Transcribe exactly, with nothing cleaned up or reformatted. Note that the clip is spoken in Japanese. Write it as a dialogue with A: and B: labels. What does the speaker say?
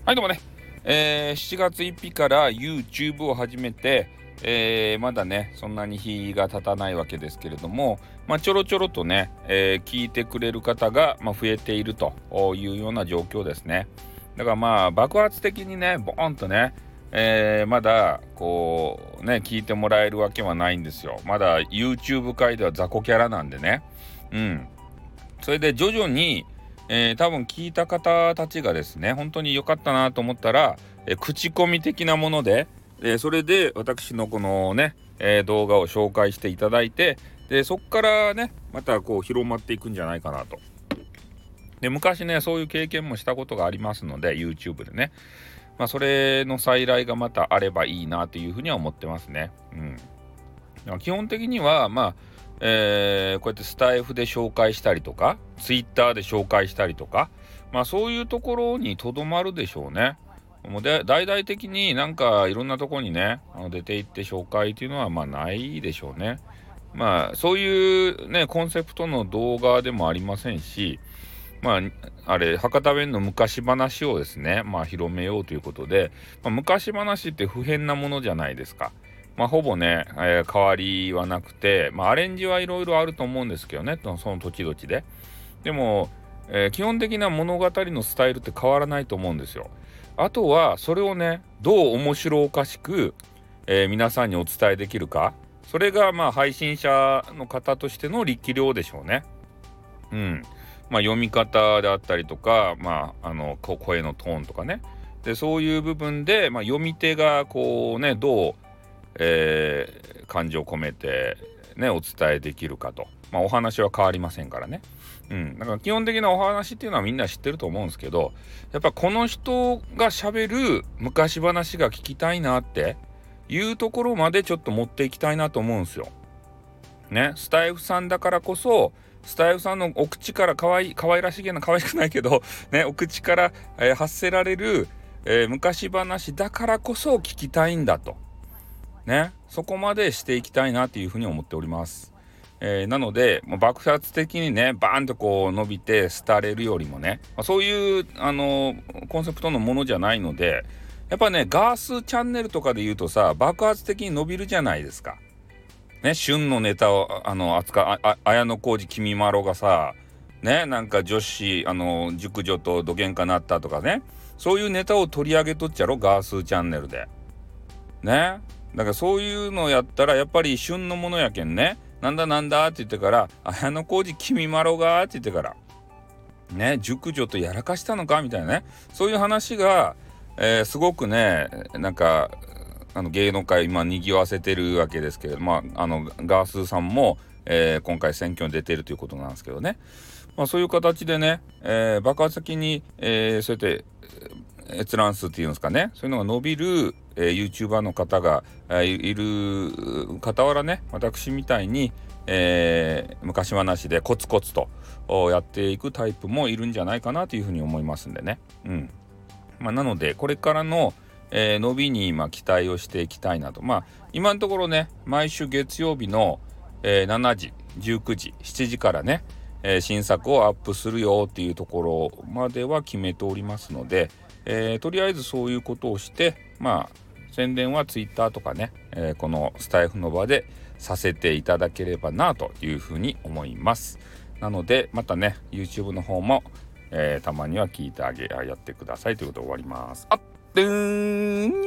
A: はいどうもね、えー、しちがつついたちから YouTube を始めて、えー、まだねそんなに日が経たないわけですけれども、まあ、ちょろちょろとね、えー、聞いてくれる方が、まあ、増えているというような状況ですね。だからまあ爆発的にねボーンとね、えー、まだこうね聞いてもらえるわけはないんですよ。まだ YouTube 界では雑魚キャラなんでね。うんそれで徐々にえー、多分聞いた方たちがですね本当に良かったなと思ったら、えー、口コミ的なもので、えー、それで私のこのね、えー、動画を紹介していただいて、でそこからねまたこう広まっていくんじゃないかなと。で昔ねそういう経験もしたことがありますので YouTube でね、まあ、それの再来がまたあればいいなというふうには思ってますね。うん、基本的にはまあえー、こうやってスタイフで紹介したりとかツイッターで紹介したりとか、まあそういうところにとどまるでしょうね。もうで大々的になんかいろんなところにねあの出ていって紹介っていうのはまあないでしょうね。まあそういうねコンセプトの動画でもありませんし、まああれ博多弁の昔話をですねまあ広めようということで、まあ、昔話って不変なものじゃないですか。まあほぼね、えー、変わりはなくて、まあアレンジはいろいろあると思うんですけどね、その時々で。でも、えー、基本的な物語のスタイルって変わらないと思うんですよ。あとはそれをね、どう面白おかしく、えー、皆さんにお伝えできるか。それがまあ配信者の方としての力量でしょうね。うん。まあ読み方であったりとか、まああの声のトーンとかね。でそういう部分で、まあ、読み手がこうねどうえー、感情を込めてねお伝えできるかと。まあお話は変わりませんからね。うん、だから基本的なお話っていうのはみんな知ってると思うんですけど、やっぱこの人が喋る昔話が聞きたいなっていうところまでちょっと持っていきたいなと思うんですよ。ね、スタイフさんだからこそスタイフさんのお口から可愛い可愛らしげな可愛くないけどねお口から、えー、発せられる、えー、昔話だからこそ聞きたいんだと。ね、そこまでしていきたいなというふうに思っております。えー、なのでもう爆発的にねバーンとこう伸びて廃れるよりもね、まあ、そういうあのコンセプトのものじゃないので、やっぱねガースチャンネルとかで言うとさ爆発的に伸びるじゃないですか。ね、旬のネタをあの扱う綾小路きみまろがさねなんか女子あの熟女とどげんかなったとかね、そういうネタを取り上げとっちゃろガースチャンネルでね。だからそういうのやったらやっぱり旬のものやけんね、なんだなんだって言ってから綾小路きみまろがって言ってからね熟女とやらかしたのかみたいなね、そういう話が、えー、すごくねなんかあの芸能界今賑わせてるわけですけれども、まあ、あのガースーさんも、えー、今回選挙に出てるということなんですけどね、まあ、そういう形でね、えー、爆発的に、えー、そうやって閲覧数っていうんですかね、そういうのが伸びる、えー、YouTuber の方が、えー、いる傍らね私みたいに、えー、昔話でコツコツとやっていくタイプもいるんじゃないかなというふうに思いますんでね。うんまあ、なのでこれからのえー、伸びに今期待をしていきたいなと。まあ今のところね毎週月曜日の、えー、しちじじゅうくじしちじからね、えー、新作をアップするよっていうところまでは決めておりますので、えー、とりあえずそういうことをしてまあ宣伝はツイッターとかね、えー、このスタイフの場でさせていただければなというふうに思います。なのでまたね YouTube の方も、えー、たまには聞いてあげやってくださいということで終わります。あっでーん